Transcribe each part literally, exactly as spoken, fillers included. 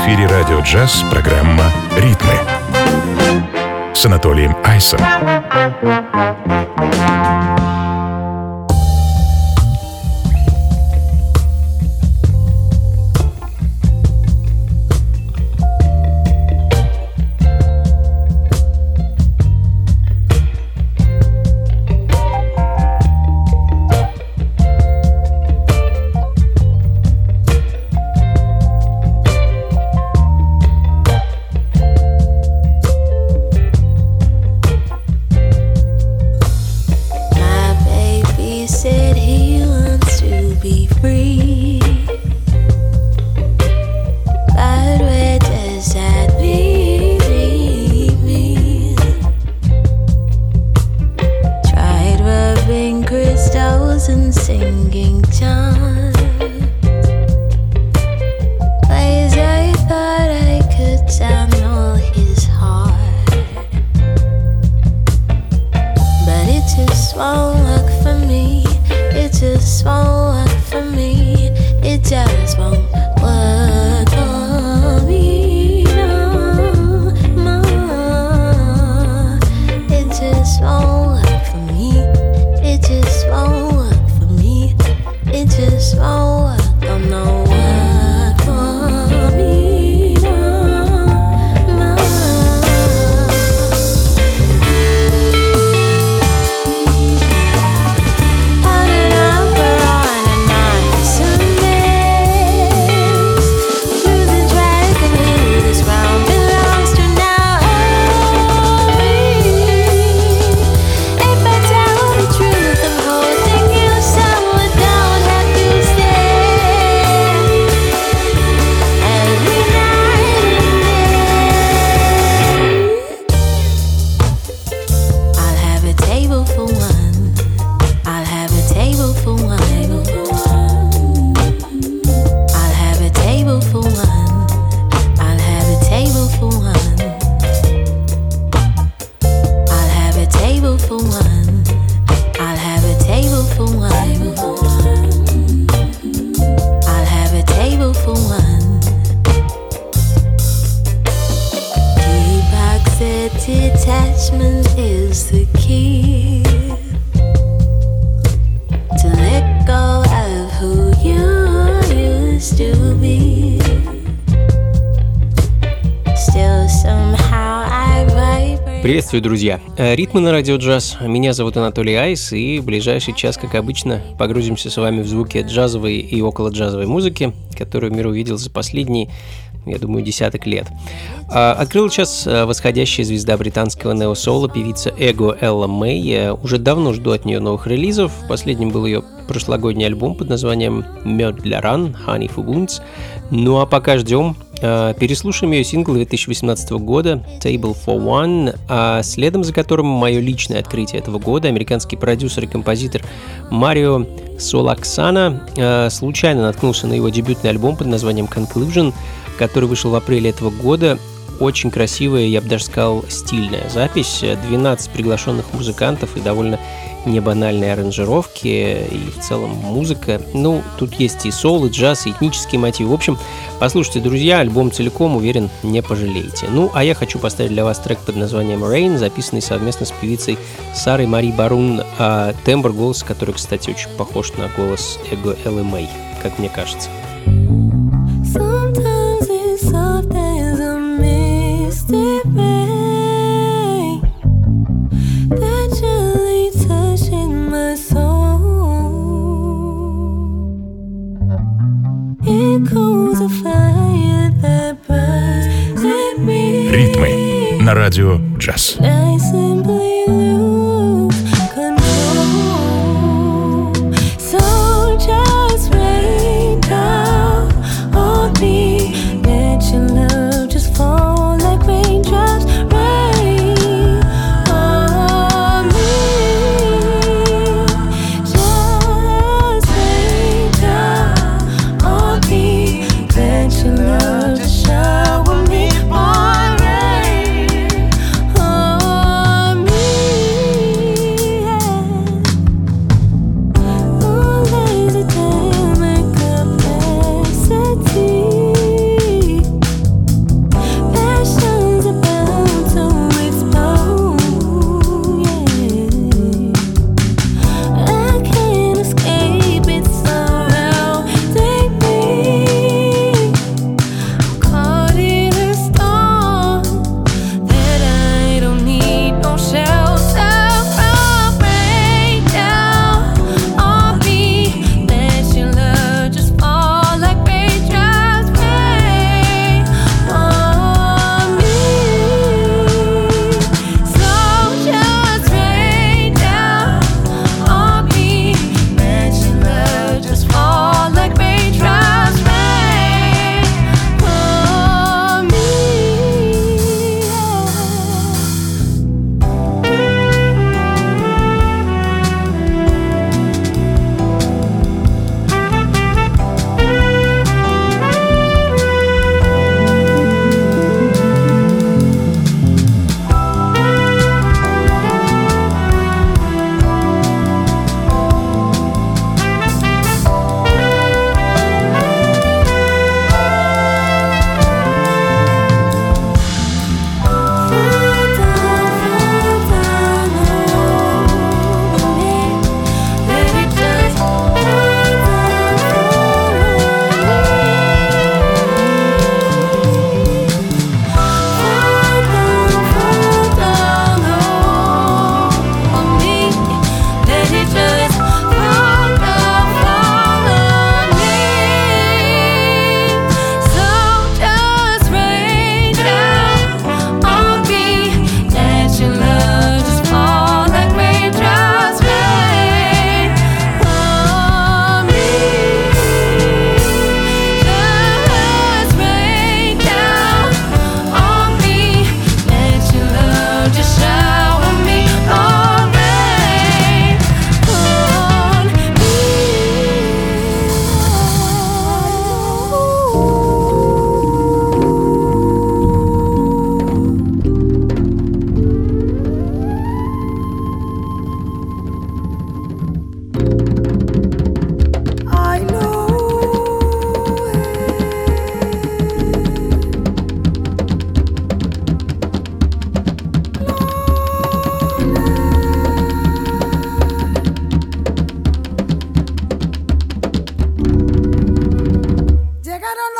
эфире радио «Джаз» программа «Ритмы» с Анатолием Айсом. Приветствую, друзья! Ритмы на радио «Джаз». Меня зовут Анатолий Айс, и в ближайший час, как обычно, погрузимся с вами в звуки джазовой и околоджазовой музыки, которую мир увидел за последние, я думаю, десяток лет. Открыла час восходящая звезда британского нео-соло, певица Эго Элла Мэй. Уже давно жду от нее новых релизов. Последним был ее прошлогодний альбом под названием «Мед для ран» «Honey for Wounds». Ну а пока ждем, переслушаем ее сингл две тысячи восемнадцатого года «Table for One», а следом за которым мое личное открытие этого года. Американский продюсер и композитор Марио Солаксана случайно наткнулся на его дебютный альбом под названием «Conclusion», который вышел в апреле этого года. Очень красивая, я бы даже сказал, стильная запись. двенадцать приглашенных музыкантов и довольно небанальные аранжировки, и в целом музыка. Ну, тут есть и соул, и джаз, и этнические мотивы. В общем, послушайте, друзья, альбом целиком, уверен, не пожалеете. Ну, а я хочу поставить для вас трек под названием «Rain», записанный совместно с певицей Сарой Мари Барун, а тембр голоса, который, кстати, очень похож на голос Эго Эллы Мэй, как мне кажется. Ритмы на радио «Джаз». Shower me, boy, rain on me.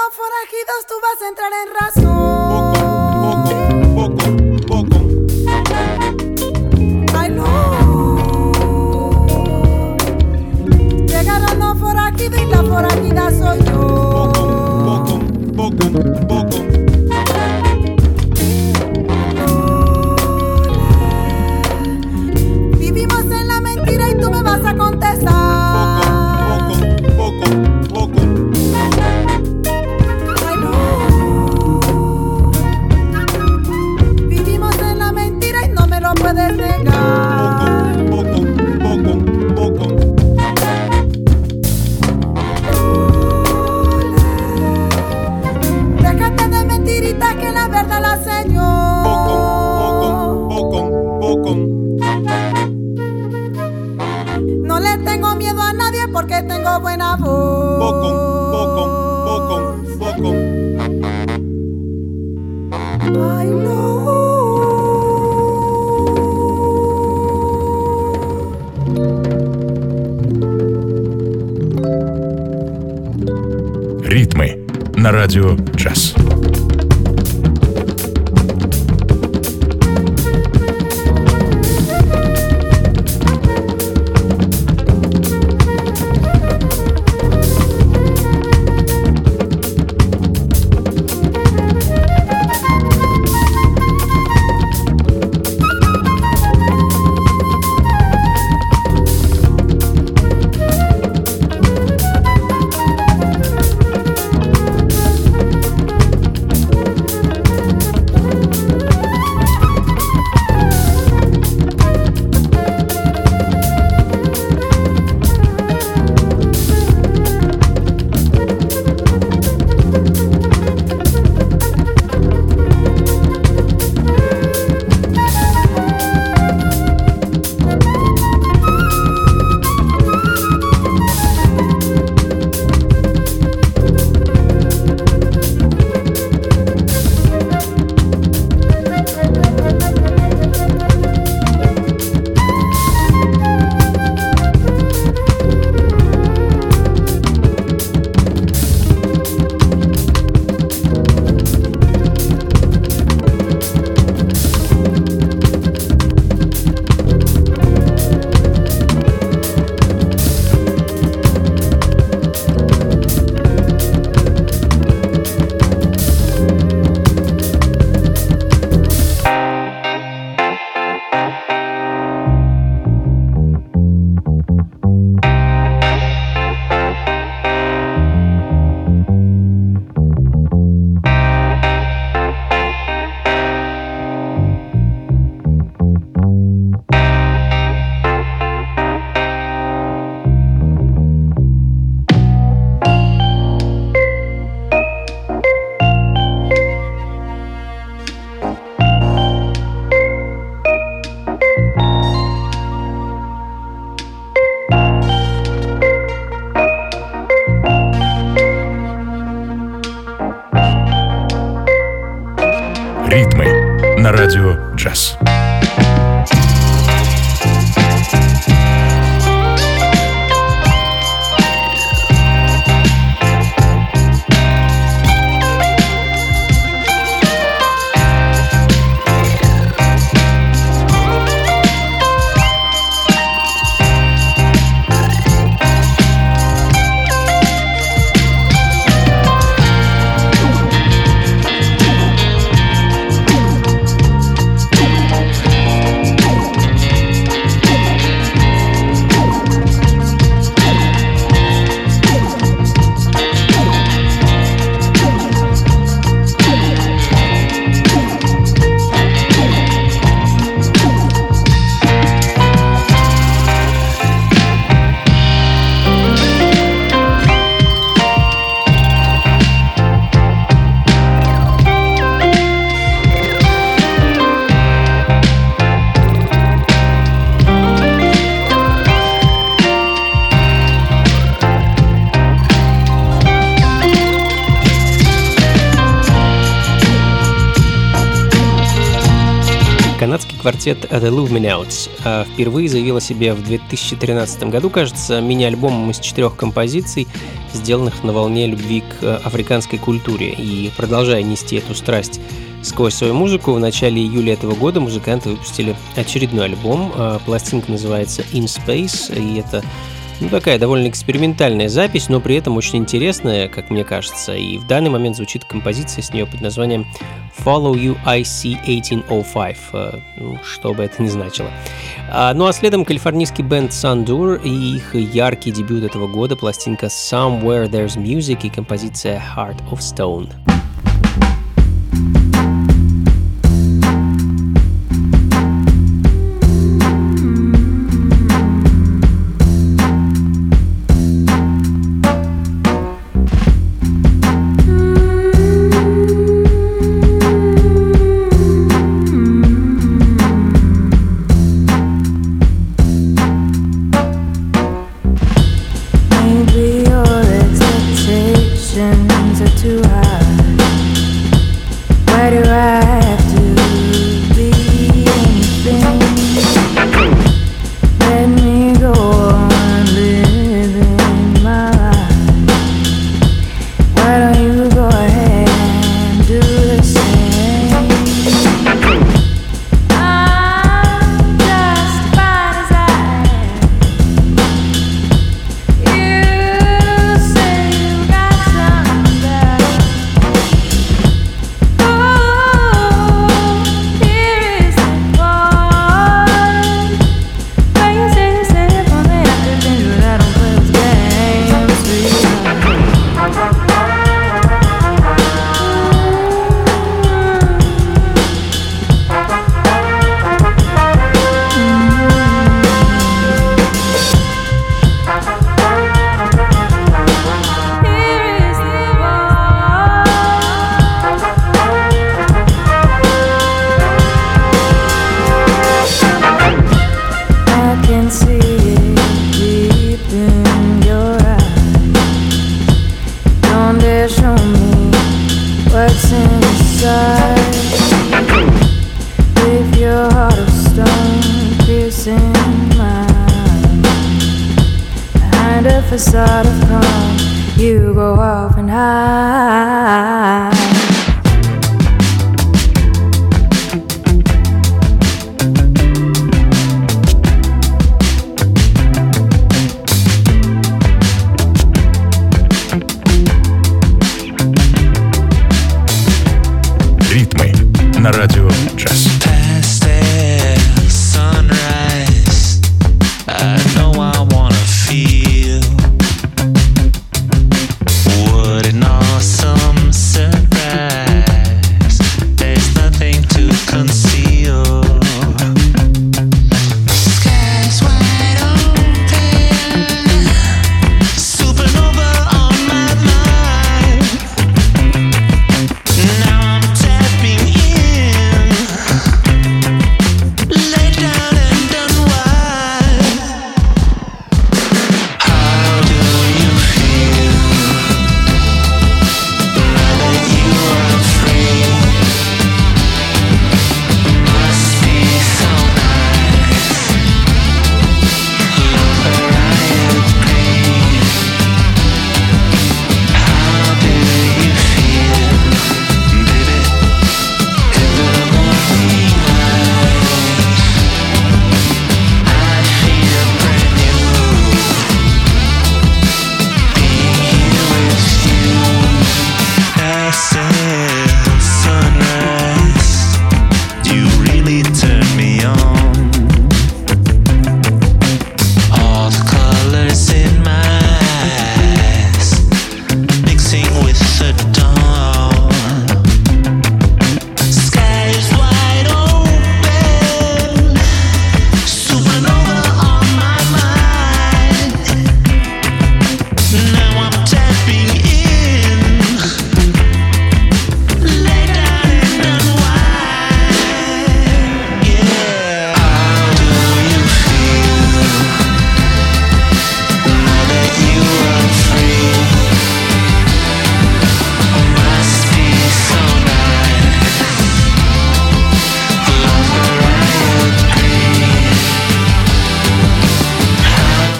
los forajidos tú vas a entrar en razón. Poco, poco, poco. Ay no. Llegaron los forajidos y la forajida soy yo. Poco, poco, poco. Vivimos en la mentira y tú me vas a contestar. Poco, poco, poco. Ay no. Vivimos en la mentira y no me lo puedes negar. Poco, poco, poco. Déjate de mentiritas que la verdad la señor. Poco, poco, poco. No le tengo miedo a nadie porque tengo buena voz. Poco, poco, poco, poco. Ay no. Ритмы на радио «Джаз». Ритмы на радио «Джаз». квартет The Luminouts. Впервые заявил о себе в две тысячи тринадцатом году, кажется, мини-альбомом из четырех композиций, сделанных на волне любви к африканской культуре. И продолжая нести эту страсть сквозь свою музыку, в начале июля этого года музыканты выпустили очередной альбом. Пластинка называется In Space, и это ну, такая довольно экспериментальная запись, но при этом очень интересная, как мне кажется. И в данный момент звучит композиция с нее под названием Follow You I C тысяча восемьсот пять, ну, что бы это ни значило. А, ну а следом калифорнийский бенд Sandur и их яркий дебют этого года, пластинка Somewhere There's Music и композиция Heart of Stone. Facade of calm, you go off and hide. Ритмы на радио Джаз. What an awesome surprise.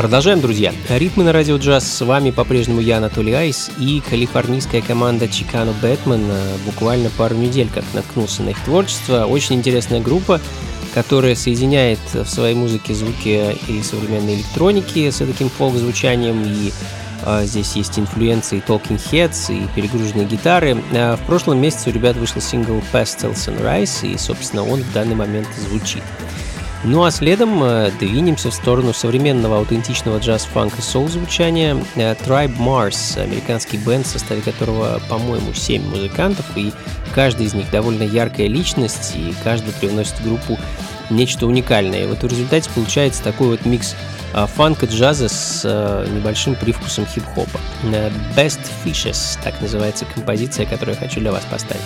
Продолжаем, друзья. Ритмы на радио джаз. С вами по-прежнему я, Анатолий Айс, и калифорнийская команда Chicano Batman. Буквально пару недель как наткнулся на их творчество. Очень интересная группа, которая соединяет в своей музыке звуки и современной электроники с таким фолк-звучанием, и а, здесь есть инфлюенции Talking Heads и перегруженные гитары. А, в прошлом месяце у ребят вышел сингл Pastels and Rice, и, собственно, он в данный момент звучит. Ну а следом э, двинемся в сторону современного аутентичного джаз, фанк и соул звучания. э, Tribe Mars, американский бенд, в составе которого, по-моему, семь музыкантов, и каждый из них довольно яркая личность, и каждый привносит в группу нечто уникальное. И вот в результате получается такой вот микс э, фанка, джаза с э, небольшим привкусом хип-хопа. э, Best Fishes, так называется композиция, которую я хочу для вас поставить.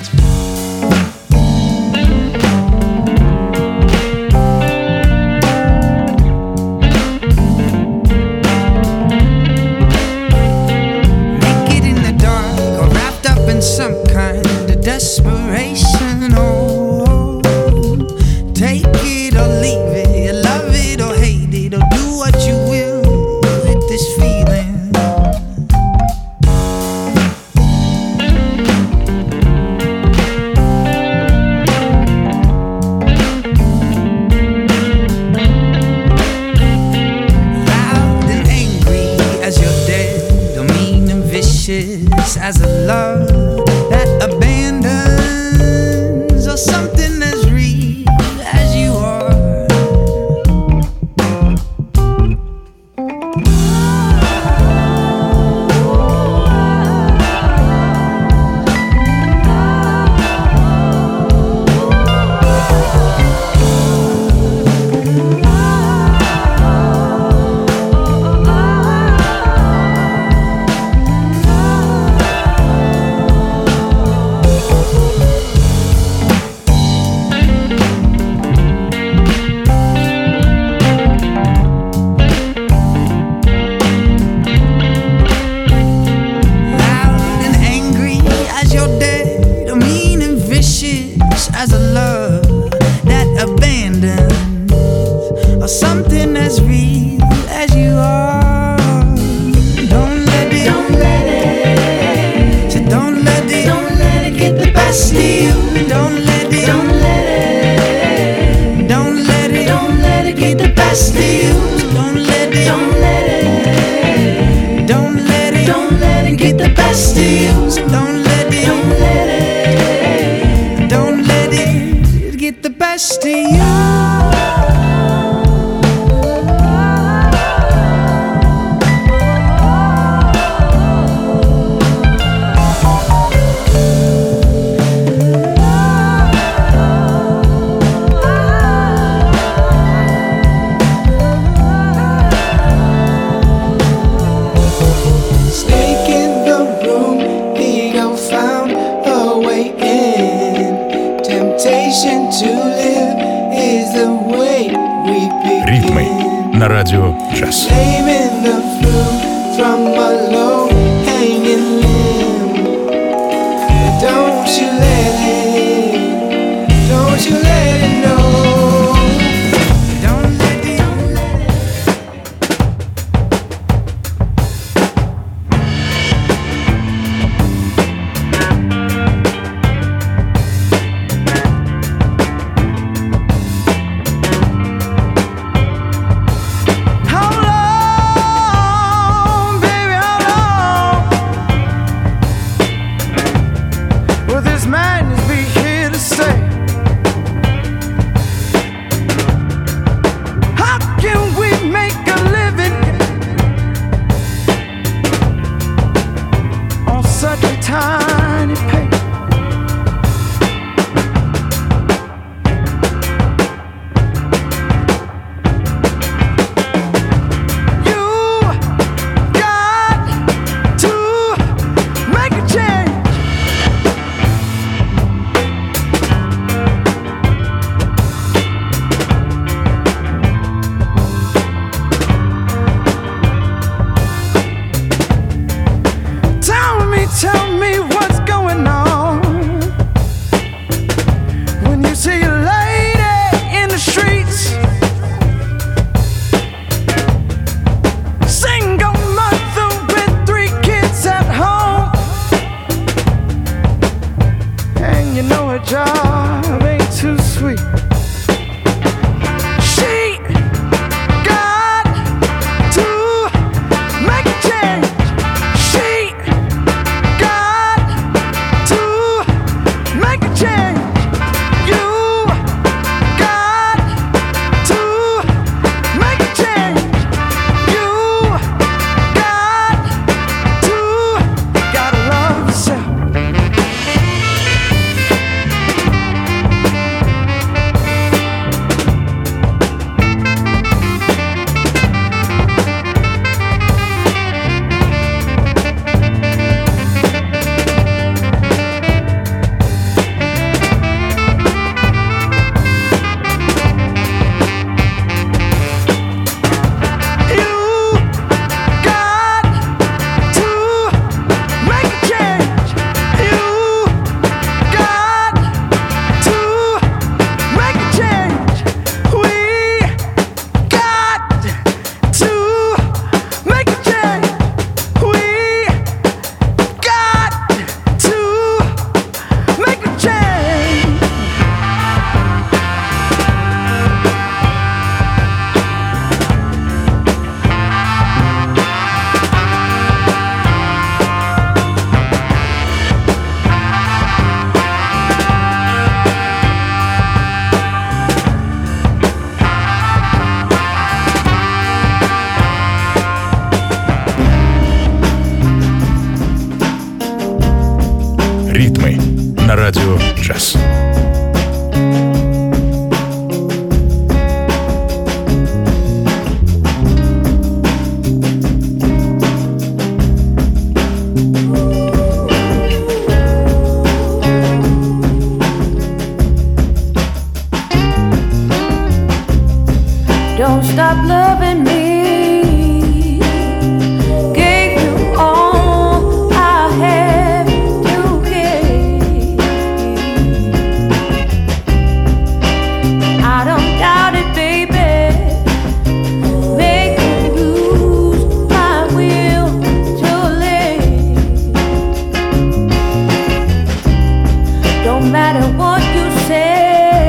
Some kind of desperation, oh, take it or leave it, love it or hate it, or do what you will with this feeling. Loud and angry as you're dead, or mean and vicious as a love that abandons, or something as real as you are. As a love that abandons, or something as real as you are. Don't let it, don't let it, so don't let it, don't let it get the best of you. Don't let it, don't let it, don't let it, don't let it get the best of you. Don't let it, don't let it, don't let it, don't let it get the best of you. Don't let it, don't let it. The best of you. Ритмы на радио джаз. job ain't too sweet. She got to make a change. She got to make a change. You got to make a change. You got to, gotta love yourself. Ритмы на радио джаз. Don't stop loving me. Gave you all I have to give. I don't doubt it, baby. Make you lose my will to live. Don't matter what you say.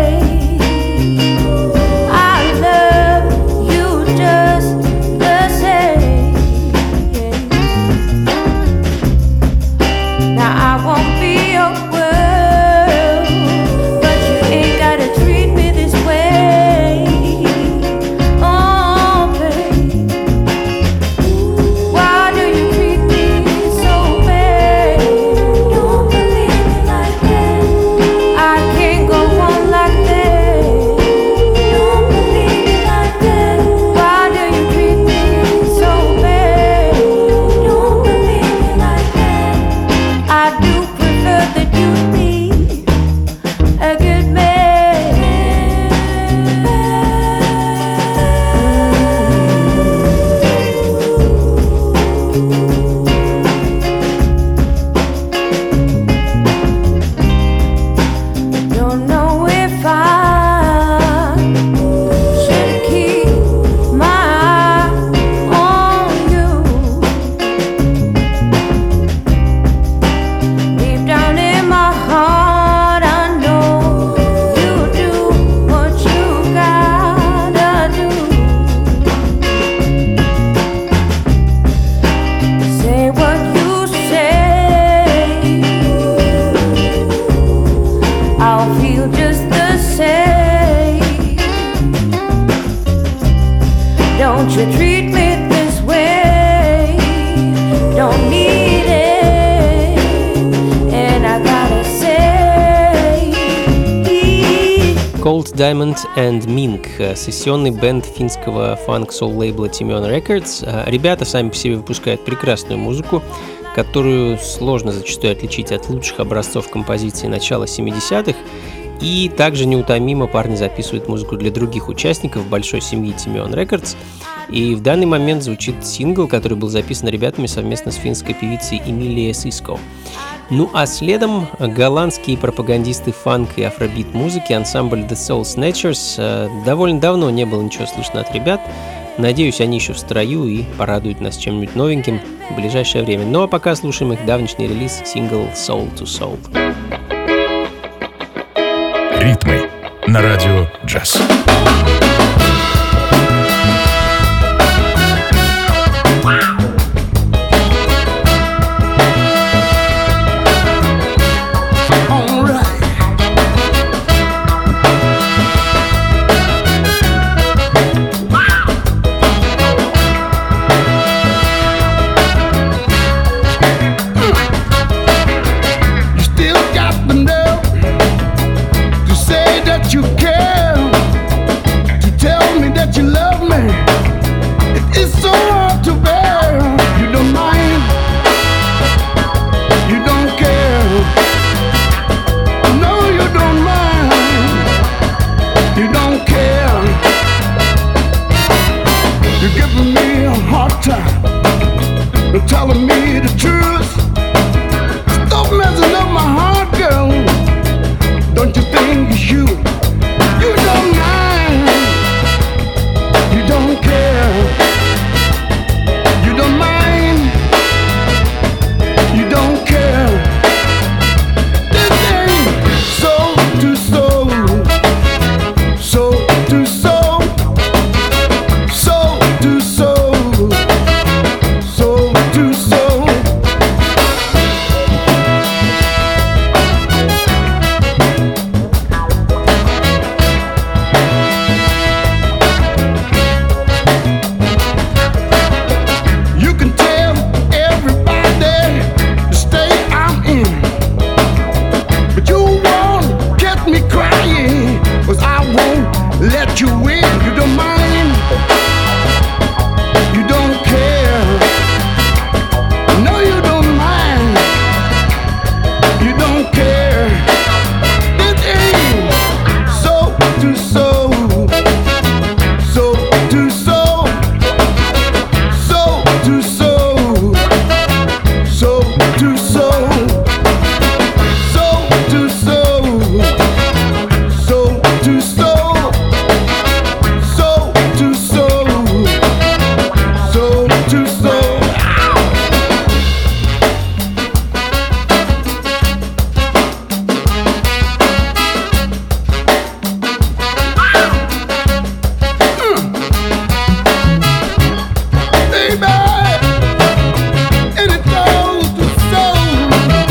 Don't you treat me this way. Don't need it. And I gotta say, Cold Diamond and Mink, сессионный бенд финского фанк-сол лейбла Timion Records. Ребята сами по себе выпускают прекрасную музыку, которую сложно зачастую отличить от лучших образцов композиций начала семидесятых. И также неутомимо парни записывают музыку для других участников большой семьи Timion Records. И в данный момент звучит сингл, который был записан ребятами совместно с финской певицей Эмилией Сиско. Ну а следом голландские пропагандисты фанк и афробит музыки, ансамбль The Soul Snatchers. Довольно давно не было ничего слышно от ребят. Надеюсь, они еще в строю и порадуют нас чем-нибудь новеньким в ближайшее время. Ну а пока слушаем их давнишний релиз, сингл Soul to Soul. Ритмы на радио «Джаз». Telling me the truth. Stop messing up my heart, girl. Don't you think you should? You don't mind. You don't care. You don't mind. You don't care. This ain't soul to soul. Soul to soul. Soul to soul. Soul to soul. You can tell everybody the state I'm in, but you won't get me crying, 'cause I won't let you in. You don't mind. You don't care. No, you don't mind. You don't care. It ain't soul to soul. Soul to soul. Soul to soul. Soul to soul. Soul to soul. Soul to soul. Soul to soul. Soul to soul. Baby, and it goes to soul.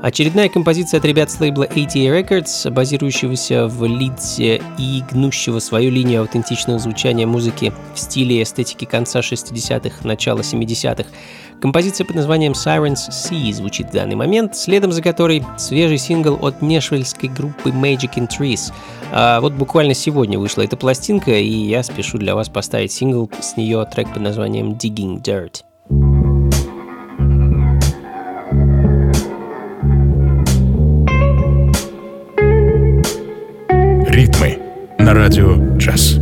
Очередная композиция от ребят с лейбла эй ти эй Records, базирующегося в Лидсе и гнущего свою линию аутентичного звучания музыки в стиле и эстетике конца шестидесятых, начала семидесятых. Композиция под названием Sirens Sea звучит в данный момент, следом за которой свежий сингл от нэшвиллской группы Magic in Trees. А вот буквально сегодня вышла эта пластинка, и я спешу для вас поставить сингл с нее, трек под названием Digging Dirt. Ритмы на радио джаз.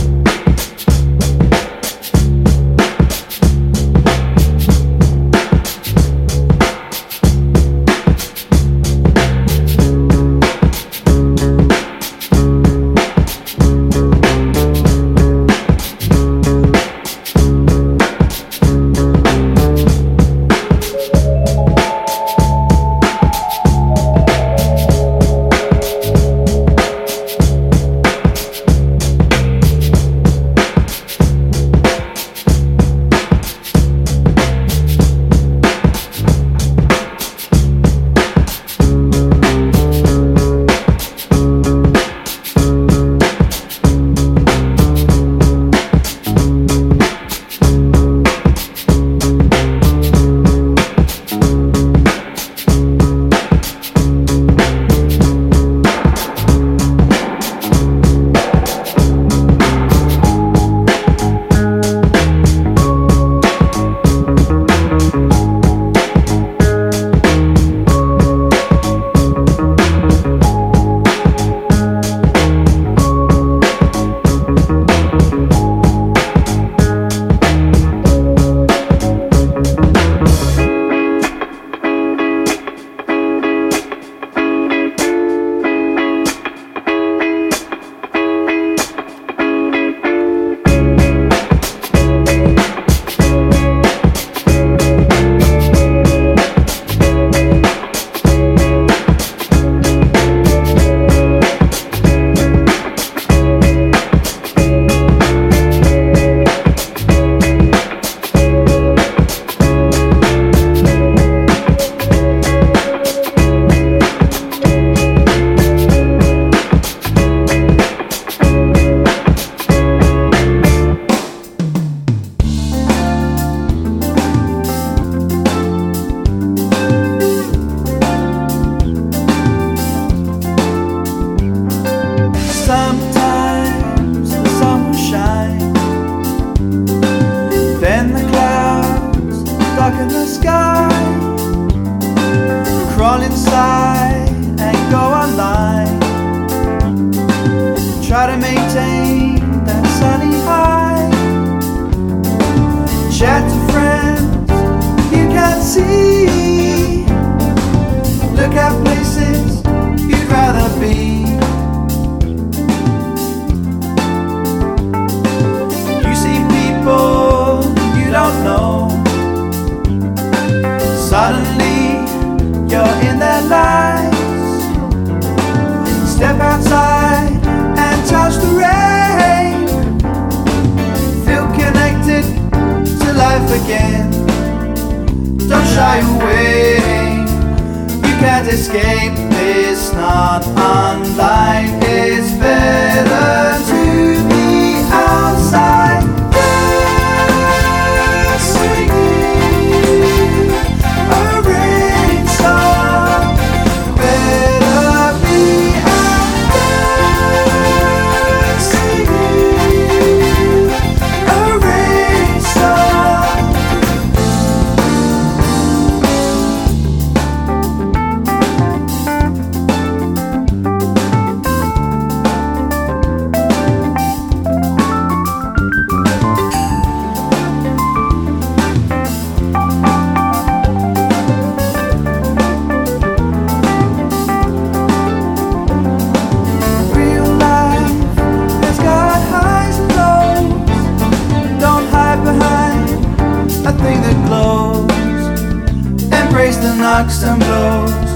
knocks and blows.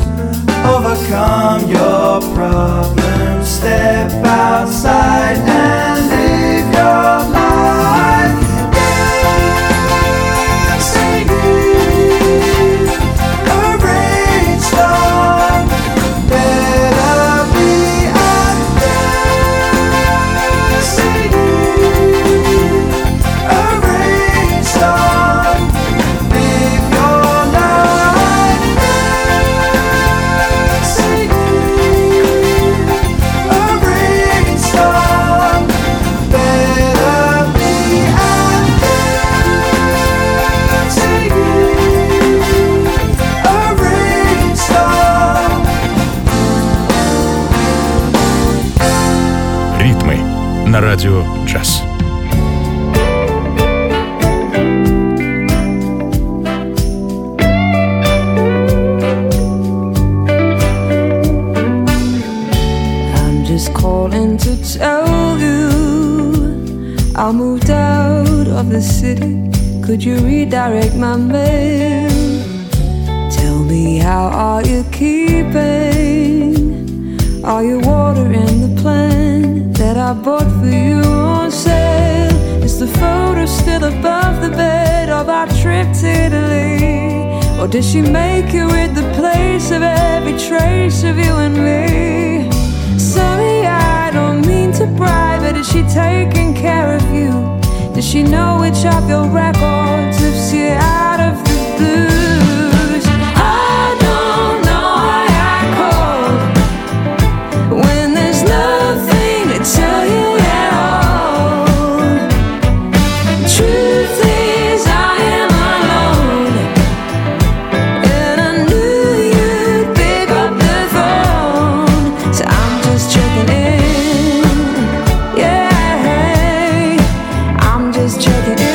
Overcome your problems. Step outside and live your life. Dancing in a rainstorm. радио «Джаз». Calling to tell you I moved out of the city. Could you redirect my mail? Tell me, how are you keeping? Are you watering the plant that I bought for you on sale? Is the photo still above the bed of our trip to Italy? Or did she make you rid the place of every trace of you and me? Sorry, I don't mean to pry, but is she taking care of you? Does she know which of your records lifts you out of the blues? I don't know why I called when there's nothing to tell you at all. Truth is, I am alone, and I knew you'd pick up the phone, so I'm just checking in. Yeah, I'm just checking in.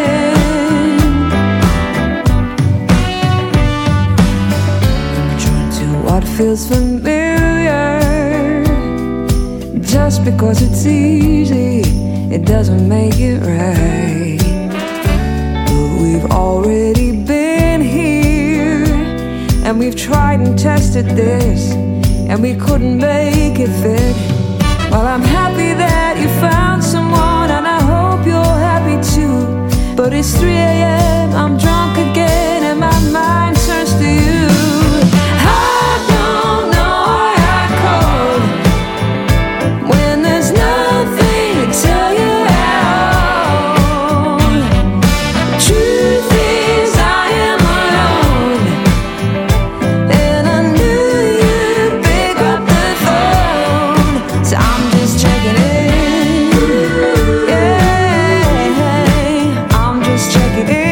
Return to what feels familiar. Just because it's easy, it doesn't make it right. But we've already been here, and we've tried and tested this, and we couldn't make it fit. Well, I'm happy that you found someone, and I hope you're happy too. But it's three a.m., I'm drunk again, and my mind turns to you. I don't know why I called when there's nothing to tell you at all. Truth is, I am alone, and I knew you'd pick up the phone, so I'm just checking in. Yeah, I'm just checking in.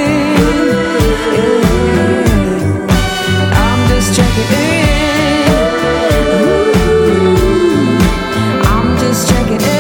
Yeah, I'm just checking in. Ooh, I'm just checking in.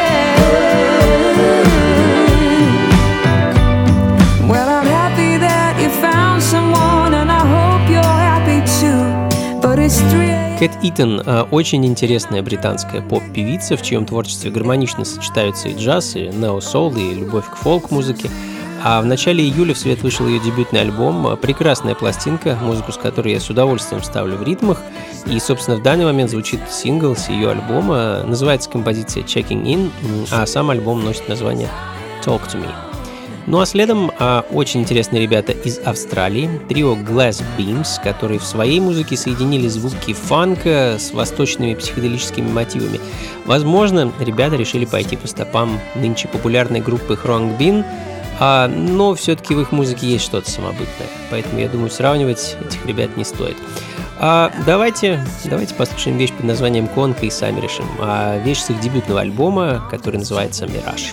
Well, I'm happy that you found someone, and I hope you're happy too. But it's three a.m. Кэт Итон – очень интересная британская поп-певица, в чьем творчестве гармонично сочетаются и джаз, и нео-соул, и любовь к фолк-музыке. А в начале июля в свет вышел ее дебютный альбом, прекрасная пластинка, музыку с которой я с удовольствием ставлю в ритмах. И, собственно, в данный момент звучит сингл с ее альбома, называется композиция «Checking In», а сам альбом носит название «Talk to Me». Ну а следом а, очень интересные ребята из Австралии, трио Glass Beams, которые в своей музыке соединили звуки фанка с восточными психоделическими мотивами. Возможно, ребята решили пойти по стопам нынче популярной группы Khruangbin, а, но все-таки в их музыке есть что-то самобытное, поэтому я думаю, сравнивать этих ребят не стоит. А, давайте, давайте послушаем вещь под названием «Конка» и сами решим. А, вещь с их дебютного альбома, который называется «Мираж».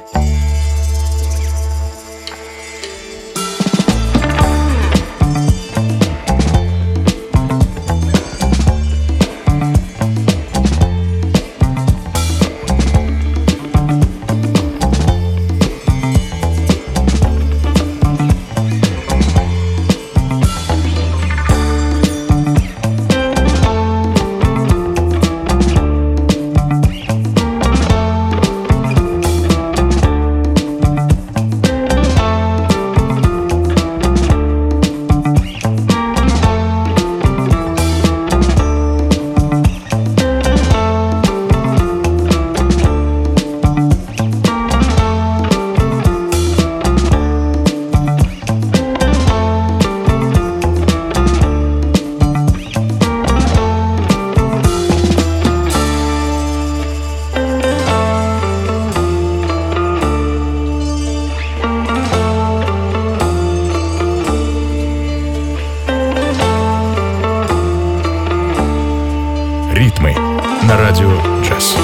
Ритмы на радио «Джаз».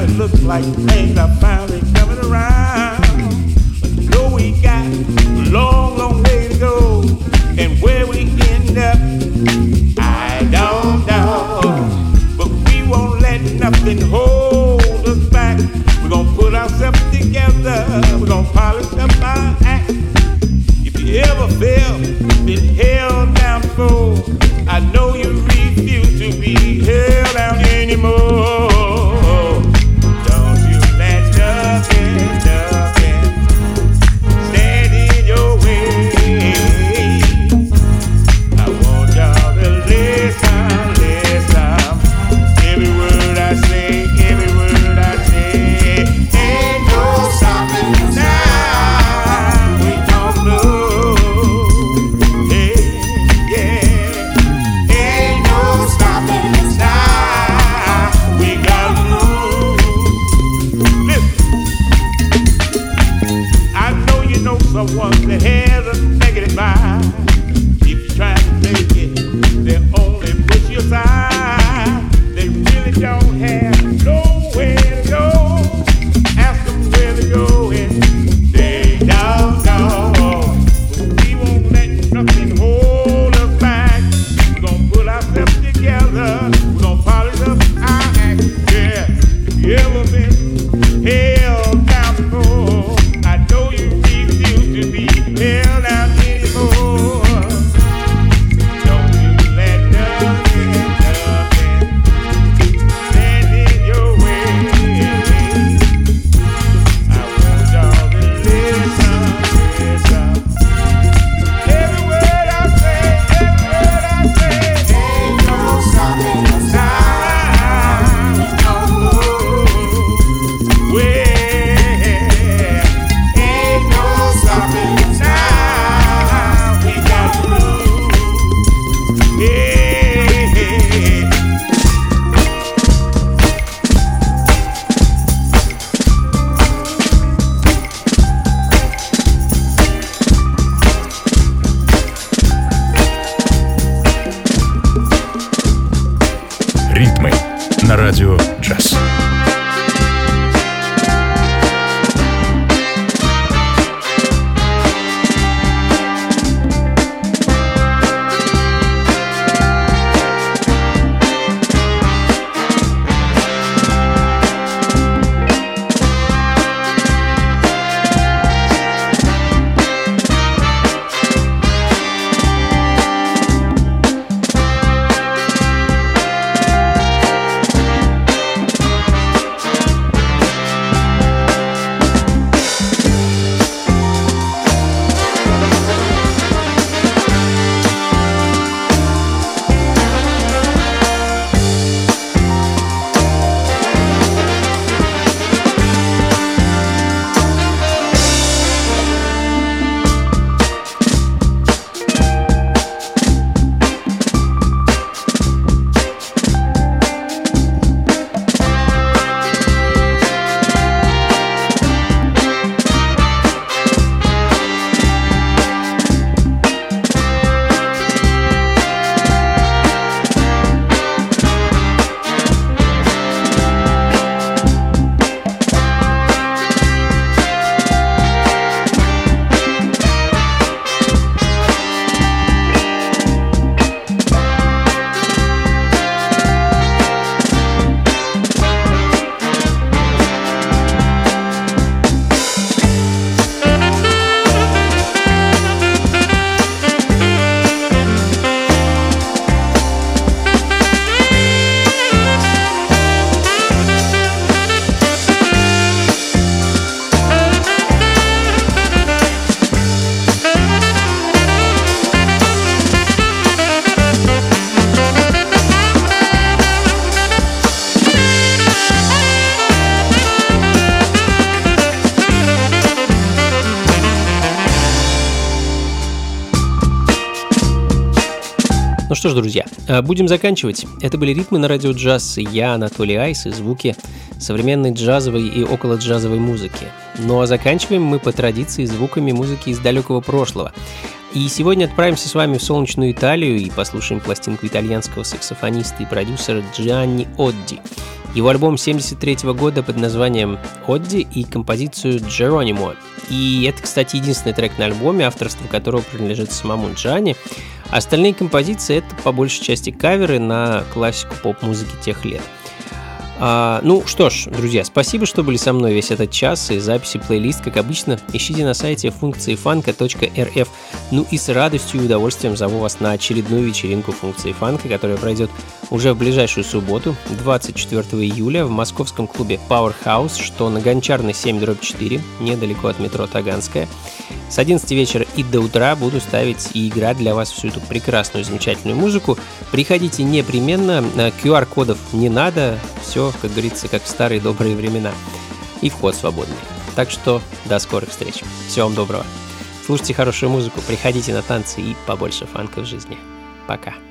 it looks like things are finally coming around. But you know we got a long, long way to go, and where we end up, I don't know. But we won't let nothing hold us back. We're gonna put ourselves together. We're gonna polish up our act. If you ever feel been held down before, I know you refuse to be held down anymore. Don't you let nothing, nothing stand in your way. I want y'all to listen, listen. Every word I say, every word I say. Ain't no stopping us now. We don't know. Hey, yeah. Ain't no stopping us now. We gotta move. Listen, I know you know someone that has a negative vibe. If you try to make it, they only push you aside. They really don't have nowhere to go. Ask them where they're going. They don't know. But we won't let nothing hold us back. We're gonna put ourselves together. We're gonna polish up our act. Yeah. If you ever been held down before, I know you refuse to be held down anymore. Don't you let nothing, nothing stand in your way. I want y'all to listen, listen. Every word I say, every word I say. Ain't no stopping us now. Well, ain't no stopping us now. We got to move. Yeah. Ритмы на радио «Джаз». Ну что ж, друзья, будем заканчивать. Это были ритмы на радио джаз. Я Анатолий Айс и звуки современной джазовой и около-джазовой музыки. Ну а заканчиваем мы по традиции звуками музыки из далекого прошлого. И сегодня отправимся с вами в солнечную Италию и послушаем пластинку итальянского саксофониста и продюсера Джианни Одди. его альбом семьдесят третьего года под названием «Одди» и композицию «Джеронимо». И это, кстати, единственный трек на альбоме, авторство которого принадлежит самому Джани. Остальные композиции — это по большей части каверы на классику поп-музыки тех лет. А, ну что ж, друзья, спасибо, что были со мной весь этот час, и записи плейлист, как обычно, ищите на сайте функции фанка точка эр эф. Ну и с радостью и удовольствием зову вас на очередную вечеринку функции фанка, которая пройдет уже в ближайшую субботу, двадцать четвёртого июля, в московском клубе Powerhouse, что на Гончарной семь дробь четыре, недалеко от метро Таганская. С одиннадцати вечера и до утра буду ставить и играть для вас всю эту прекрасную, замечательную музыку. Приходите непременно, ку ар-кодов не надо, все, как говорится, как в старые добрые времена. И вход свободный. Так что до скорых встреч. Всего вам доброго. Слушайте хорошую музыку, приходите на танцы и побольше фанка в жизни. Пока.